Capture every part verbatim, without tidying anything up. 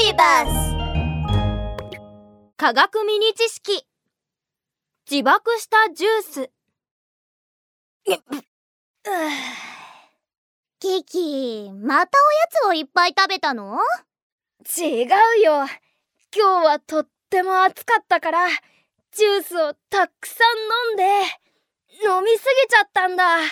ビバス科学ミニ知識。自爆したジュース。 キキ、またおやつをいっぱい食べたの？ 違うよ。今日はとっても暑かったからジュースをたくさん飲んで飲みすぎちゃったんだ。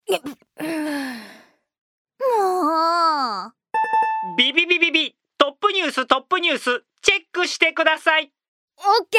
もう。 ビビビビビ、トップニューストップニュース、チェックしてください。 オッケ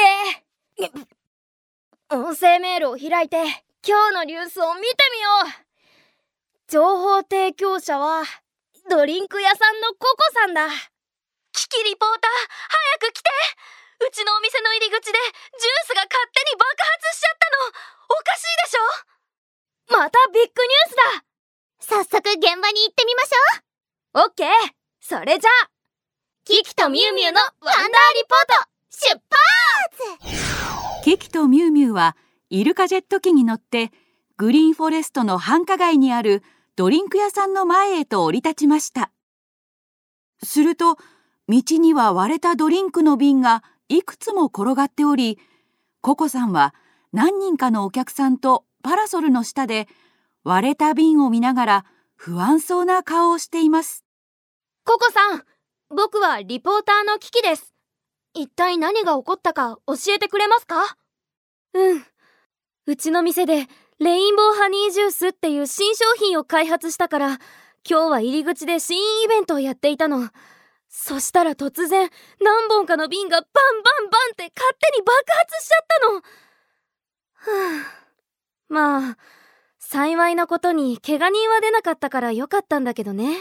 ー。音声メールを開いて今日のニュースを見てみよう。情報提供者はドリンク屋さんのココさんだ。 キキリポーター、早く来て。うちのお店の入り口でジュースが勝手に爆発しちゃったの。おかしいでしょ。 またビッグニュースだ。 早速現場に行ってみましょう。オッケー。それじゃあキキとミュウミュウのワンダーリポート出発。 キキとミュウミュウはイルカジェット機に乗ってグリーンフォレストの繁華街にあるドリンク屋さんの前へと降り立ちました。すると道には割れたドリンクの瓶がいくつも転がっており、ココさんは何人かのお客さんとパラソルの下で割れた瓶を見ながら不安そうな顔をしています。 ココさん、僕はリポーターのキキです。一体何が起こったか教えてくれますか？うん。うちの店でレインボーハニージュースっていう新商品を開発したから、今日は入り口で新イベントをやっていたの。そしたら突然何本かの瓶がバンバンバンって勝手に爆発しちゃったの。はぁ。まあ幸いなことに怪我人は出なかったからよかったんだけどね。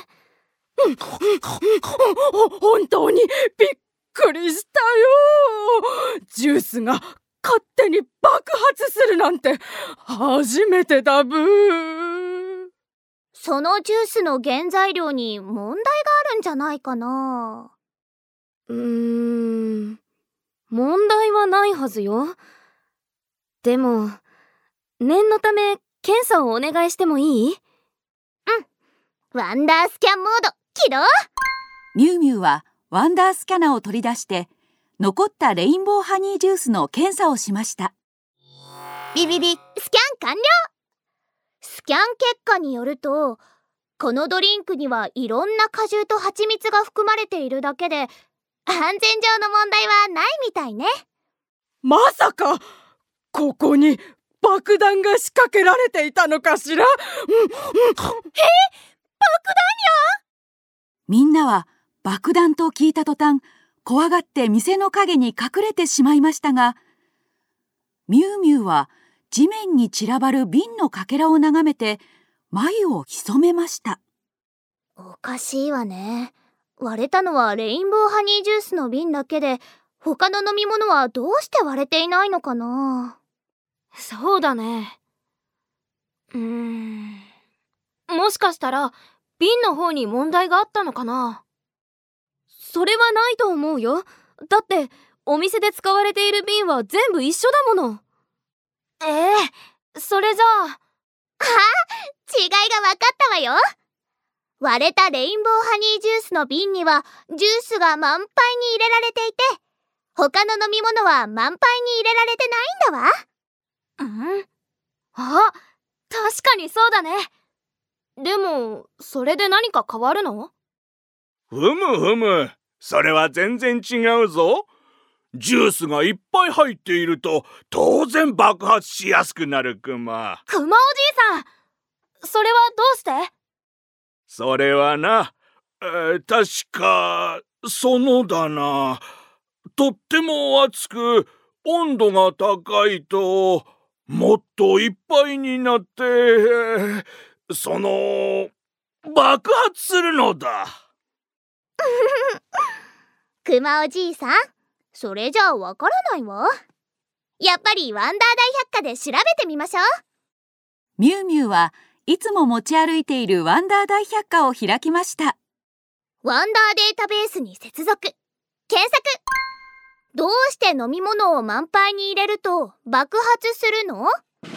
本当にびっくりしたよ。ジュースが勝手に爆発するなんて初めてだブー。 そのジュースの原材料に問題があるんじゃないかな。 うーん、問題はないはずよ。でも念のため検査をお願いしてもいい？ うん、ワンダースキャンモード起動。 ミュウミュウはワンダースキャナーを取り出して残ったレインボーハニージュースの検査をしました。 ビビビ、スキャン完了。スキャン結果によると、このドリンクにはいろんな果汁と蜂蜜が含まれているだけで安全上の問題はないみたいね。 まさかここに爆弾が仕掛けられていたのかしら。うんうん、え、爆弾や。 みんなは爆弾と聞いた途端怖がって店の陰に隠れてしまいましたが、ミュウミュウは地面に散らばる瓶のかけらを眺めて眉を潜めました。 おかしいわね。割れたのはレインボーハニージュースの瓶だけで、他の飲み物はどうして割れていないのかな。 そうだね。うーん、もしかしたら瓶の方に問題があったのかな。それはないと思うよ。だってお店で使われている瓶は全部一緒だもの。ええ、それじゃあ。 あ、違いが分かったわよ。割れたレインボーハニージュースの瓶にはジュースが満杯に入れられていて、他の飲み物は満杯に入れられてないんだわ。 うん？あ、確かにそうだね。でもそれで何か変わるの？ ふむふむ、それは全然違うぞ。ジュースがいっぱい入っていると当然爆発しやすくなるクマ。 クマおじいさん、それはどうして？ それはな、えー、確かそのだな、とっても熱く温度が高いともっといっぱいになって、えー、その爆発するのだ。 クマおじいさん、それじゃあわからないわ。やっぱりワンダー大百科で調べてみましょう。 ミュウミュウはいつも持ち歩いているワンダー大百科を開きました。 ワンダーデータベースに接続、検索。どうして飲み物を満杯に入れると爆発するの？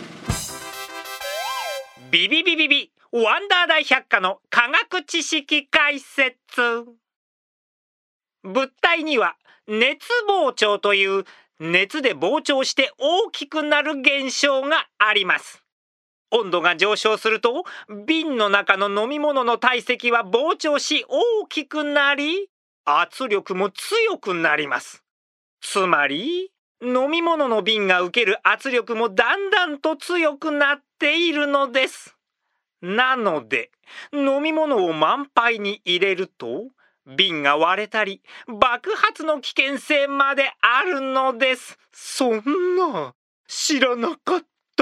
ビビビビビ、ワンダー大百科の科学知識解説。 物体には熱膨張という熱で膨張して大きくなる現象があります。温度が上昇すると瓶の中の飲み物の体積は膨張し大きくなり、圧力も強くなります。つまり飲み物の瓶が受ける圧力もだんだんと強くなっているのです。なので飲み物を満杯に入れると瓶が割れたり爆発の危険性まであるのです。そんな、知らなかった。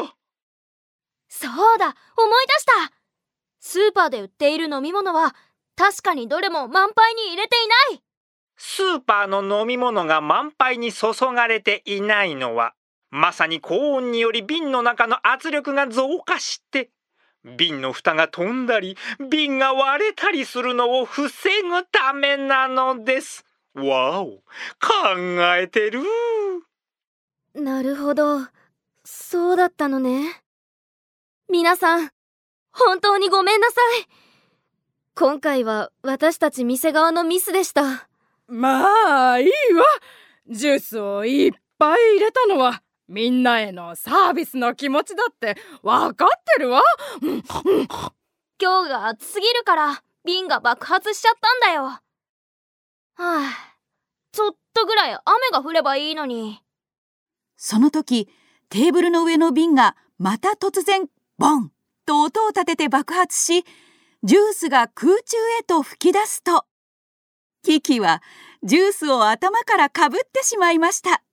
そうだ、思い出した。スーパーで売っている飲み物は確かにどれも満杯に入れていない。 スーパーの飲み物が満杯に注がれていないのは、まさに高温により瓶の中の圧力が増加して瓶の蓋が飛んだり瓶が割れたりするのを防ぐためなのです。わお、考えてる。 なるほど、そうだったのね。皆さん、本当にごめんなさい。今回は私たち店側のミスでした。 まあいいわ。ジュースをいっぱい入れたのはみんなへのサービスの気持ちだってわかってるわ。 今日が暑すぎるから瓶が爆発しちゃったんだよ。はあ、ちょっとぐらい雨が降ればいいのに。 その時、テーブルの上の瓶がまた突然ボンと音を立てて爆発し、ジュースが空中へと吹き出すと、キキはジュースを頭からかぶってしまいました。うわ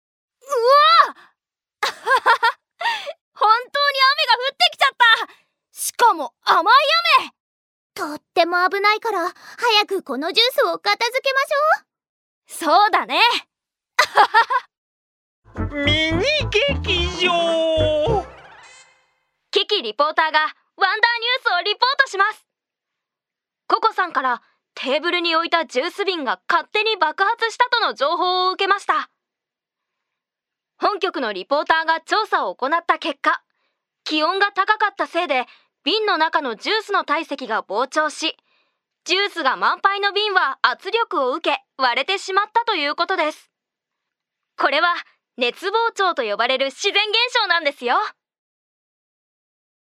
本当に雨が降ってきちゃった。しかも甘い雨。 とっても危ないから早くこのジュースを片付けましょう。そうだね。 ミニ劇場。 キキリポーターがワンダーニュースをリポートします。ココさんからテーブルに置いたジュース瓶が勝手に爆発したとの情報を受けました。本局のリポーターが調査を行った結果、気温が高かったせいで瓶の中のジュースの体積が膨張し、ジュースが満杯の瓶は圧力を受け割れてしまったということです。これは熱膨張と呼ばれる自然現象なんですよ。